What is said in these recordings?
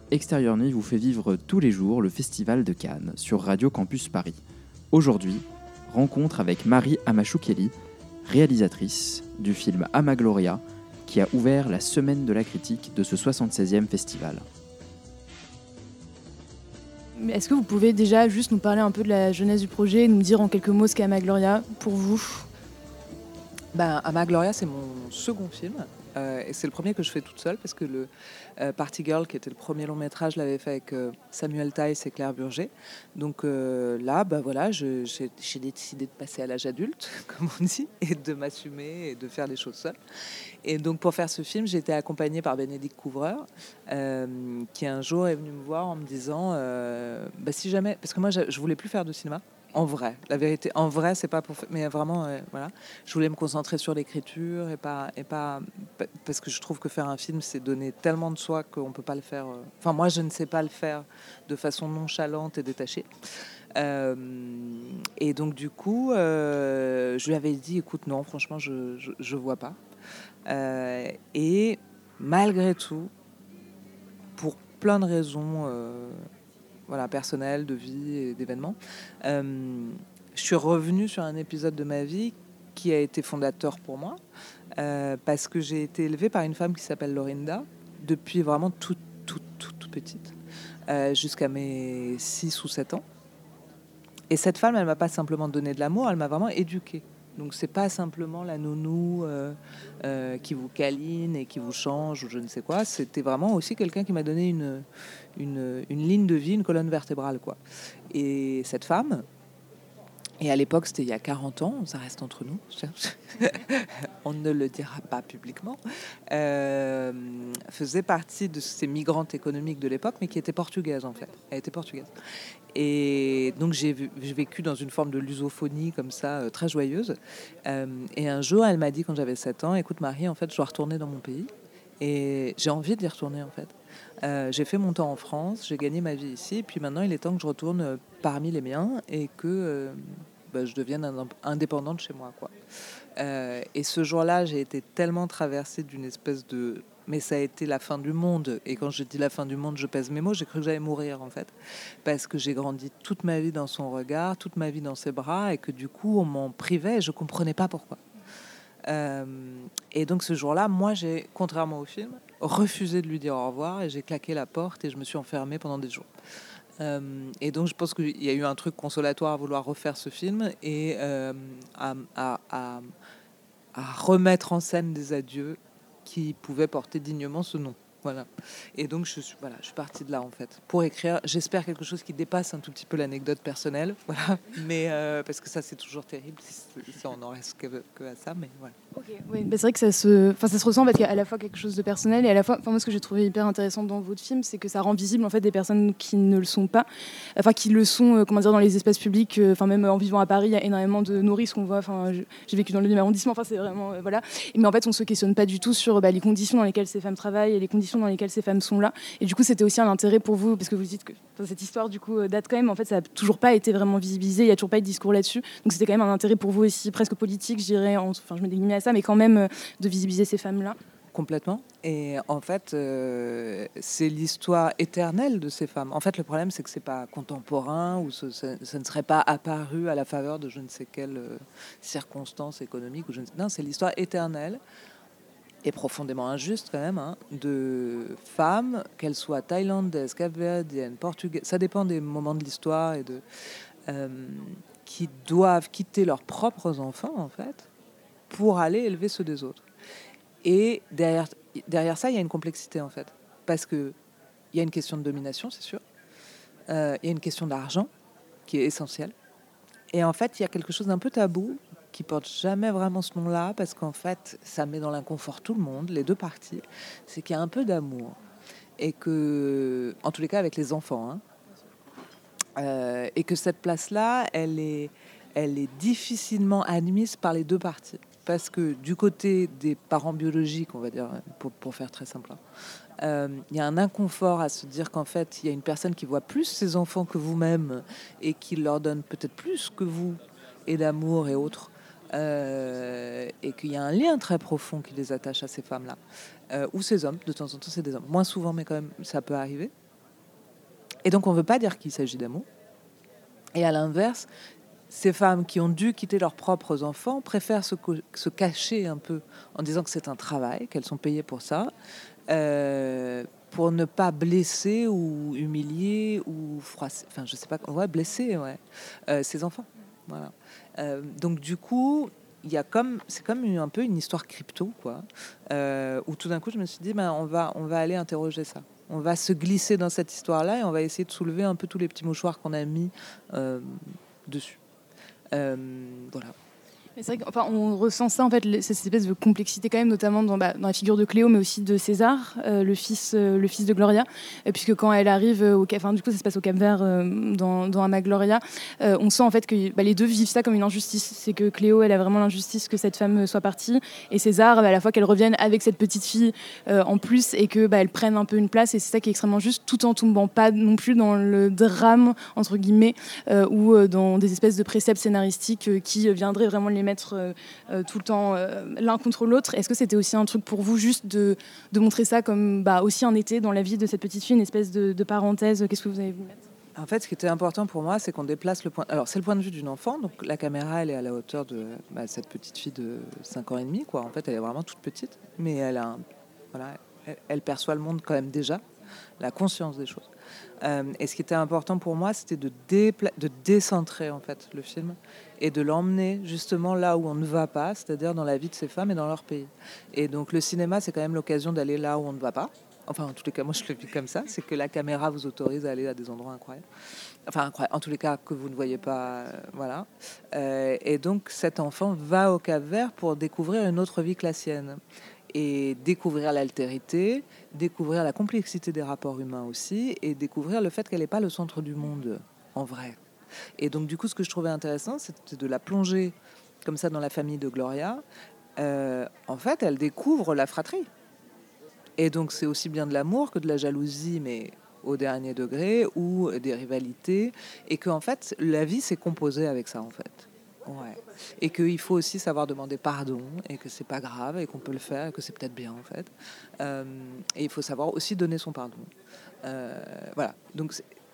Extérieur Nuit vous fait vivre tous les jours le Festival de Cannes sur Radio Campus Paris. Aujourd'hui, rencontre avec Marie Amachoukeli, réalisatrice du film Amagloria, qui a ouvert la semaine de la critique de ce 76e festival. Est-ce que vous pouvez déjà juste nous parler un peu de la genèse du projet, nous dire en quelques mots ce qu'est Amagloria pour vous ? Amagloria, c'est mon second film. Et c'est le premier que je fais toute seule parce que le Party Girl, qui était le premier long métrage, je l'avais fait avec Samuel Taïs et Claire Burger. Donc là, j'ai décidé de passer à l'âge adulte, comme on dit, et de m'assumer et de faire des choses seule. Et donc pour faire ce film, j'ai été accompagnée par Bénédicte Couvreur, qui un jour est venue me voir en me disant si jamais, parce que moi je voulais plus faire de cinéma. En vrai, la vérité, en vrai, c'est pas pour, mais vraiment, voilà. Je voulais me concentrer sur l'écriture et pas, parce que je trouve que faire un film, c'est donner tellement de soi qu'on peut pas le faire. Enfin, moi, je ne sais pas le faire de façon nonchalante et détachée. Et donc, du coup, je lui avais dit, écoute, non, franchement, je vois pas. Et malgré tout, pour plein de raisons. Personnel, de vie et d'événements. Je suis revenue sur un épisode de ma vie qui a été fondateur pour moi, parce que j'ai été élevée par une femme qui s'appelle Lorinda, depuis vraiment toute petite, jusqu'à mes 6 ou 7 ans. Et cette femme, elle m'a pas simplement donné de l'amour, elle m'a vraiment éduquée. Donc c'est pas simplement la nounou qui vous câline et qui vous change ou je ne sais quoi. C'était vraiment aussi quelqu'un qui m'a donné une ligne de vie, une colonne vertébrale, quoi. Et cette femme, et à l'époque c'était il y a 40 ans, ça reste entre nous, on ne le dira pas publiquement, faisait partie de ces migrantes économiques de l'époque, mais qui était portugaise en fait. Elle était portugaise. Et donc j'ai vécu dans une forme de lusophonie comme ça, très joyeuse. Et un jour, elle m'a dit, quand j'avais 7 ans, écoute Marie, en fait, je dois retourner dans mon pays. Et j'ai envie d'y retourner, en fait. J'ai fait mon temps en France, j'ai gagné ma vie ici. Et puis maintenant, il est temps que je retourne parmi les miens et que je devienne indépendante chez moi, quoi. Et ce jour-là, j'ai été tellement traversée d'une espèce de... Mais ça a été la fin du monde. Et quand je dis la fin du monde, je pèse mes mots. J'ai cru que j'allais mourir, en fait. Parce que j'ai grandi toute ma vie dans son regard, toute ma vie dans ses bras. Et que du coup, on m'en privait et je ne comprenais pas pourquoi. Et donc ce jour-là, moi, j'ai, contrairement au film, refusé de lui dire au revoir. Et j'ai claqué la porte et je me suis enfermée pendant des jours. Et donc je pense qu'il y a eu un truc consolatoire à vouloir refaire ce film et à remettre en scène des adieux qui pouvaient porter dignement ce nom. Voilà. Et donc je suis partie de là en fait pour écrire. J'espère quelque chose qui dépasse un tout petit peu l'anecdote personnelle, voilà. Mais parce que ça c'est toujours terrible si on en reste que à ça. Mais voilà. Okay. Oui, c'est vrai que ça se ressent parce qu'il y a à la fois quelque chose de personnel et à la fois, moi ce que j'ai trouvé hyper intéressant dans votre film, c'est que ça rend visible en fait des personnes qui ne le sont pas, qui le sont, dans les espaces publics, même en vivant à Paris, il y a énormément de nourrices qu'on voit. J'ai vécu dans le 9e arrondissement, c'est vraiment voilà. Mais en fait, on se questionne pas du tout sur les conditions dans lesquelles ces femmes travaillent et les conditions dans lesquelles ces femmes sont là. Et du coup, c'était aussi un intérêt pour vous parce que vous dites que cette histoire du coup date quand même. En fait, ça a toujours pas été vraiment visibilisé, il y a toujours pas eu de discours là-dessus. Donc c'était quand même un intérêt pour vous aussi, presque politique, je dirais. Je mets des guillemets à ça, mais quand même de visibiliser ces femmes-là. Complètement. Et en fait, c'est l'histoire éternelle de ces femmes. En fait, le problème, c'est que c'est pas contemporain ou ça ne serait pas apparu à la faveur de je ne sais quelle circonstance économique. Non, c'est l'histoire éternelle et profondément injuste quand même, de femmes, qu'elles soient thaïlandaises, capverdiennes, portugaises, ça dépend des moments de l'histoire, et qui doivent quitter leurs propres enfants, en fait, pour aller élever ceux des autres. Et derrière ça, il y a une complexité, en fait. Parce qu'il y a une question de domination, c'est sûr. Il y a une question d'argent, qui est essentielle. Et en fait, il y a quelque chose d'un peu tabou, qui porte jamais vraiment ce nom-là, parce qu'en fait, ça met dans l'inconfort tout le monde, les deux parties. C'est qu'il y a un peu d'amour. Et que, en tous les cas, avec les enfants, et que cette place-là, elle est difficilement admise par les deux parties. Parce que du côté des parents biologiques, on va dire, pour faire très simple, il y a un inconfort à se dire qu'en fait, il y a une personne qui voit plus ses enfants que vous-même et qui leur donne peut-être plus que vous, et d'amour et autres. Et qu'il y a un lien très profond qui les attache à ces femmes-là. Ou ces hommes, de temps en temps, c'est des hommes. Moins souvent, mais quand même, ça peut arriver. Et donc on ne veut pas dire qu'il s'agit d'amour. Et à l'inverse, ces femmes qui ont dû quitter leurs propres enfants préfèrent se cacher un peu en disant que c'est un travail, qu'elles sont payées pour ça, pour ne pas blesser ou humilier ou froisser, enfin je sais pas, blesser ces enfants. Voilà. Donc du coup, c'est comme un peu une histoire crypto, quoi, où tout d'un coup je me suis dit, on va aller interroger ça. On va se glisser dans cette histoire-là et on va essayer de soulever un peu tous les petits mouchoirs qu'on a mis dessus. Voilà. Mais c'est vrai qu'on ressent ça, en fait, cette espèce de complexité quand même, notamment dans la figure de Cléo, mais aussi de César, le fils de Gloria, puisque quand elle arrive du coup ça se passe au Cap-Vert dans Ama Gloria, on sent en fait que les deux vivent ça comme une injustice. C'est que Cléo, elle a vraiment l'injustice que cette femme soit partie, et César, à la fois qu'elle revienne avec cette petite fille en plus, et que elle prenne un peu une place, et c'est ça qui est extrêmement juste, tout en tombant pas non plus dans le drame, entre guillemets, ou dans des espèces de préceptes scénaristiques qui viendraient vraiment les mettre tout le temps l'un contre l'autre. Est-ce que c'était aussi un truc pour vous, juste de montrer ça comme aussi un été dans la vie de cette petite fille, une espèce de parenthèse? Qu'est-ce que vous avez voulu mettre? En fait, ce qui était important pour moi, c'est qu'on déplace le point. Alors, c'est le point de vue d'une enfant, donc la caméra, elle est à la hauteur de cette petite fille de 5 ans et demi, quoi. En fait, elle est vraiment toute petite, mais elle perçoit le monde quand même déjà, la conscience des choses. Et ce qui était important pour moi, c'était de décentrer en fait le film et de l'emmener justement là où on ne va pas, c'est-à-dire dans la vie de ces femmes et dans leur pays. Et donc le cinéma, c'est quand même l'occasion d'aller là où on ne va pas. Enfin, en tous les cas, moi je le vis comme ça, c'est que la caméra vous autorise à aller à des endroits incroyables. Enfin, en tous les cas, que vous ne voyez pas, voilà. Et donc cet enfant va au Cap-Vert pour découvrir une autre vie que la sienne. Et découvrir l'altérité, découvrir la complexité des rapports humains aussi, et découvrir le fait qu'elle n'est pas le centre du monde, en vrai. Et donc, du coup, ce que je trouvais intéressant, c'était de la plonger comme ça dans la famille de Gloria. En fait, elle découvre la fratrie. Et donc, c'est aussi bien de l'amour que de la jalousie, mais au dernier degré, ou des rivalités. Et qu'en fait, la vie s'est composée avec ça, en fait. Ouais. Et qu'il faut aussi savoir demander pardon, et que c'est pas grave, et qu'on peut le faire, et que c'est peut-être bien en fait. Et il faut savoir aussi donner son pardon. Voilà. Donc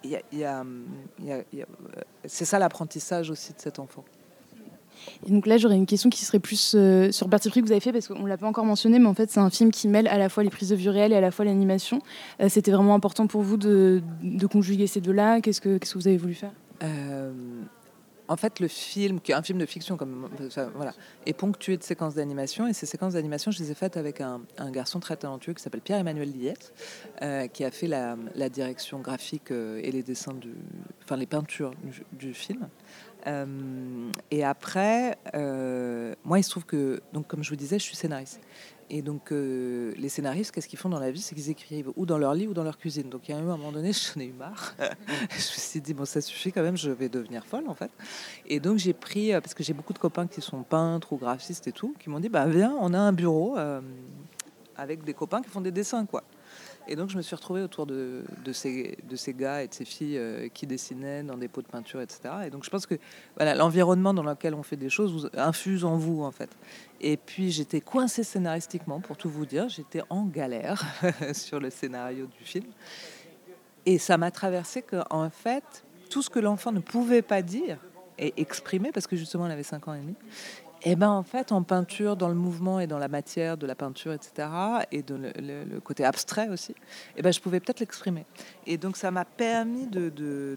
c'est ça l'apprentissage aussi de cet enfant. Et donc là, j'aurais une question qui serait plus sur le parti pris que vous avez fait, parce qu'on ne l'a pas encore mentionné, mais en fait, c'est un film qui mêle à la fois les prises de vue réelles et à la fois l'animation. C'était vraiment important pour vous de conjuguer ces deux-là. Qu'est-ce que vous avez voulu faire? En fait, le film, qui est un film de fiction, est ponctué de séquences d'animation. Et ces séquences d'animation, je les ai faites avec un garçon très talentueux qui s'appelle Pierre-Emmanuel Liette, qui a fait la direction graphique et les dessins, les peintures du film. Et après, moi, il se trouve que, donc, comme je vous disais, je suis scénariste. Et donc, les scénaristes, qu'est-ce qu'ils font dans la vie? C'est qu'ils écrivent ou dans leur lit ou dans leur cuisine. Donc, il y a eu un moment donné, j'en ai eu marre. Je me suis dit, bon, ça suffit quand même, je vais devenir folle, en fait. Et donc, j'ai pris, parce que j'ai beaucoup de copains qui sont peintres ou graphistes et tout, qui m'ont dit, viens, on a un bureau avec des copains qui font des dessins, quoi. Et donc, je me suis retrouvée autour de ces gars et de ces filles qui dessinaient dans des pots de peinture, etc. Et donc, je pense que l'environnement dans lequel on fait des choses vous infuse en vous, en fait. Et puis, j'étais coincée scénaristiquement, pour tout vous dire. J'étais en galère sur le scénario du film. Et ça m'a traversé qu'en fait, tout ce que l'enfant ne pouvait pas dire et exprimer, parce que justement, elle avait 5 ans et demi, et en fait, en peinture, dans le mouvement et dans la matière de la peinture, etc., et dans le côté abstrait aussi, je pouvais peut-être l'exprimer. Et donc, ça m'a permis de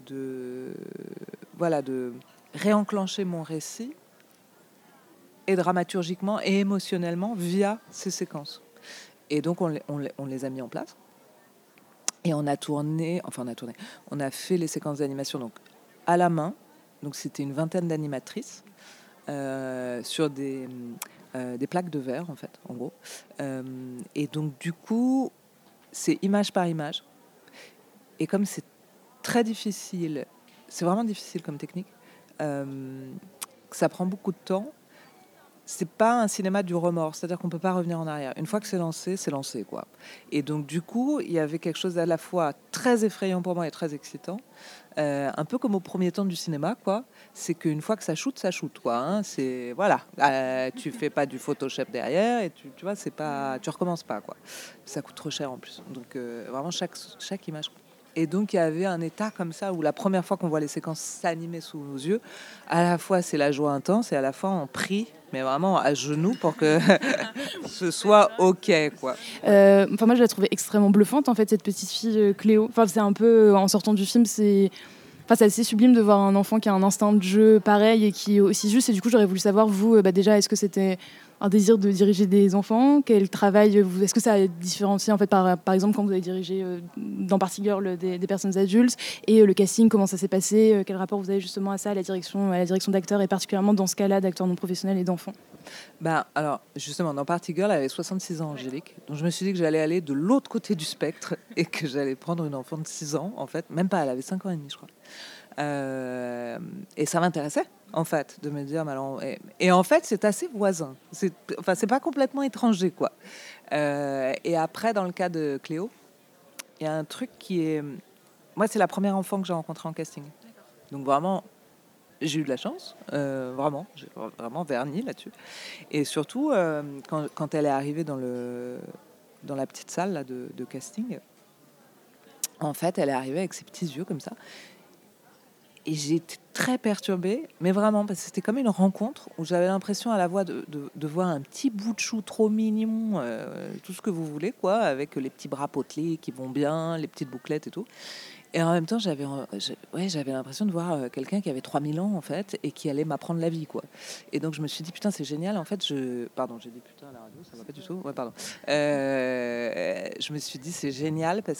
réenclencher mon récit, et dramaturgiquement et émotionnellement, via ces séquences. Et donc, on les a mis en place. Et on a fait les séquences d'animation donc, à la main. Donc, c'était une vingtaine d'animatrices. Sur des plaques de verre, en fait, en gros. Et donc, du coup, c'est image par image. Et comme c'est très difficile, c'est vraiment difficile comme technique, ça prend beaucoup de temps. C'est pas un cinéma du remords, c'est-à-dire qu'on peut pas revenir en arrière. Une fois que c'est lancé, quoi. Et donc, du coup, il y avait quelque chose à la fois très effrayant pour moi et très excitant. Un peu comme au premier temps du cinéma, quoi. C'est qu'une fois que ça shoot, quoi. Hein. C'est tu fais pas du Photoshop derrière et tu vois, tu recommences pas, quoi. Ça coûte trop cher en plus. Donc vraiment chaque image. Et donc, il y avait un état comme ça où la première fois qu'on voit les séquences s'animer sous nos yeux, à la fois c'est la joie intense et à la fois on prie, mais vraiment à genoux pour que ce soit OK, quoi. Moi, je la trouvais extrêmement bluffante, en fait, cette petite fille Cléo. Enfin, c'est un peu, en sortant du film, c'est assez sublime de voir un enfant qui a un instinct de jeu pareil et qui est aussi juste. Et du coup, j'aurais voulu savoir, vous, déjà, est-ce que c'était un désir de diriger des enfants? Quel travail est-ce que ça a différencié, en fait, par exemple, quand vous avez dirigé dans Party Girl des personnes adultes? Et le casting, comment ça s'est passé? Quel rapport vous avez justement à ça, à la direction d'acteurs, et particulièrement dans ce cas-là, d'acteurs non professionnels et d'enfants? Alors, justement, dans Party Girl, elle avait 66 ans, Angélique. Donc, je me suis dit que j'allais aller de l'autre côté du spectre et que j'allais prendre une enfant de 6 ans, en fait. Même pas, elle avait 5 ans et demi, je crois. Et ça m'intéressait, en fait, de me dire... Et en fait, c'est assez voisin. C'est pas complètement étranger, quoi. Et après, dans le cas de Cléo, il y a un truc qui est... Moi, c'est la première enfant que j'ai rencontrée en casting. Donc, vraiment... J'ai eu de la chance, vraiment, j'ai vraiment verni là-dessus. Et surtout, quand elle est arrivée dans la petite salle là, de casting, en fait, elle est arrivée avec ses petits yeux comme ça. Et j'ai été très perturbée, mais vraiment, parce que c'était comme une rencontre où j'avais l'impression à la voix de voir un petit bout de chou trop mignon, tout ce que vous voulez, quoi, avec les petits bras potelés qui vont bien, les petites bouclettes et tout. Et en même temps, j'avais l'impression de voir quelqu'un qui avait 3000 ans, en fait, et qui allait m'apprendre la vie, quoi. Et donc, je me suis dit, putain, c'est génial. En fait, Pardon, j'ai dit putain à la radio, ça va pas du tout. Ouais, pardon. Je me suis dit, c'est génial parce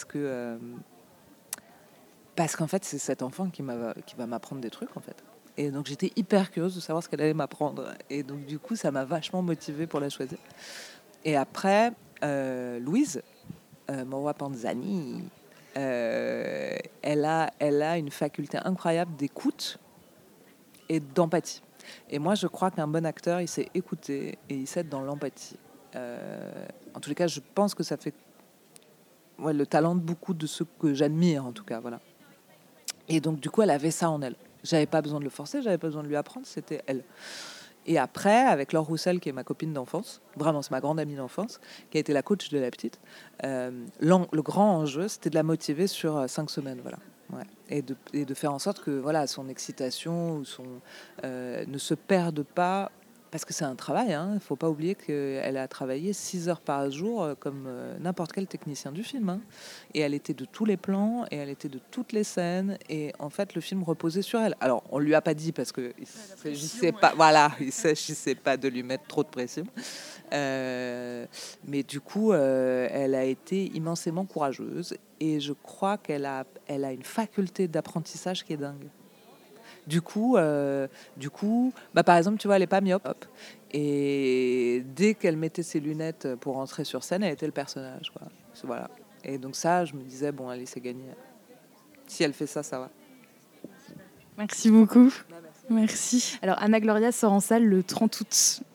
qu'en fait, c'est cet enfant qui va m'apprendre des trucs, en fait. Et donc, j'étais hyper curieuse de savoir ce qu'elle allait m'apprendre. Et donc, du coup, ça m'a vachement motivée pour la choisir. Et après, Louise, Maura Panzani... elle a une faculté incroyable d'écoute et d'empathie. Et moi, je crois qu'un bon acteur, il sait écouter et il sait être dans l'empathie. En tous les cas, je pense que ça fait le talent de beaucoup de ceux que j'admire, en tout cas. Voilà. Et donc, du coup, elle avait ça en elle. J'avais pas besoin de le forcer, j'avais pas besoin de lui apprendre, c'était elle. Et après, avec Laure Roussel, qui est ma copine d'enfance, vraiment, c'est ma grande amie d'enfance, qui a été la coach de la petite, le grand enjeu, c'était de la motiver sur 5 semaines, voilà. Ouais. Et de faire en sorte que voilà, son excitation ne se perde pas, parce que c'est un travail, hein. Il ne faut pas oublier qu'elle a travaillé 6 heures par jour, comme n'importe quel technicien du film, hein. Et elle était de tous les plans, et elle était de toutes les scènes, et en fait, le film reposait sur elle. Alors, on ne lui a pas dit, parce qu'il ne s'agissait pas de lui mettre trop de pression. Mais du coup, elle a été immensément courageuse, et je crois qu'elle a une faculté d'apprentissage qui est dingue. Du coup, par exemple, tu vois, elle n'est pas myope. Et dès qu'elle mettait ses lunettes pour entrer sur scène, elle était le personnage, quoi. Voilà. Et donc ça, je me disais, bon, allez, c'est gagné. Si elle fait ça, ça va. Merci beaucoup. Merci. Alors, Anna Gloria sort en salle le 30 août.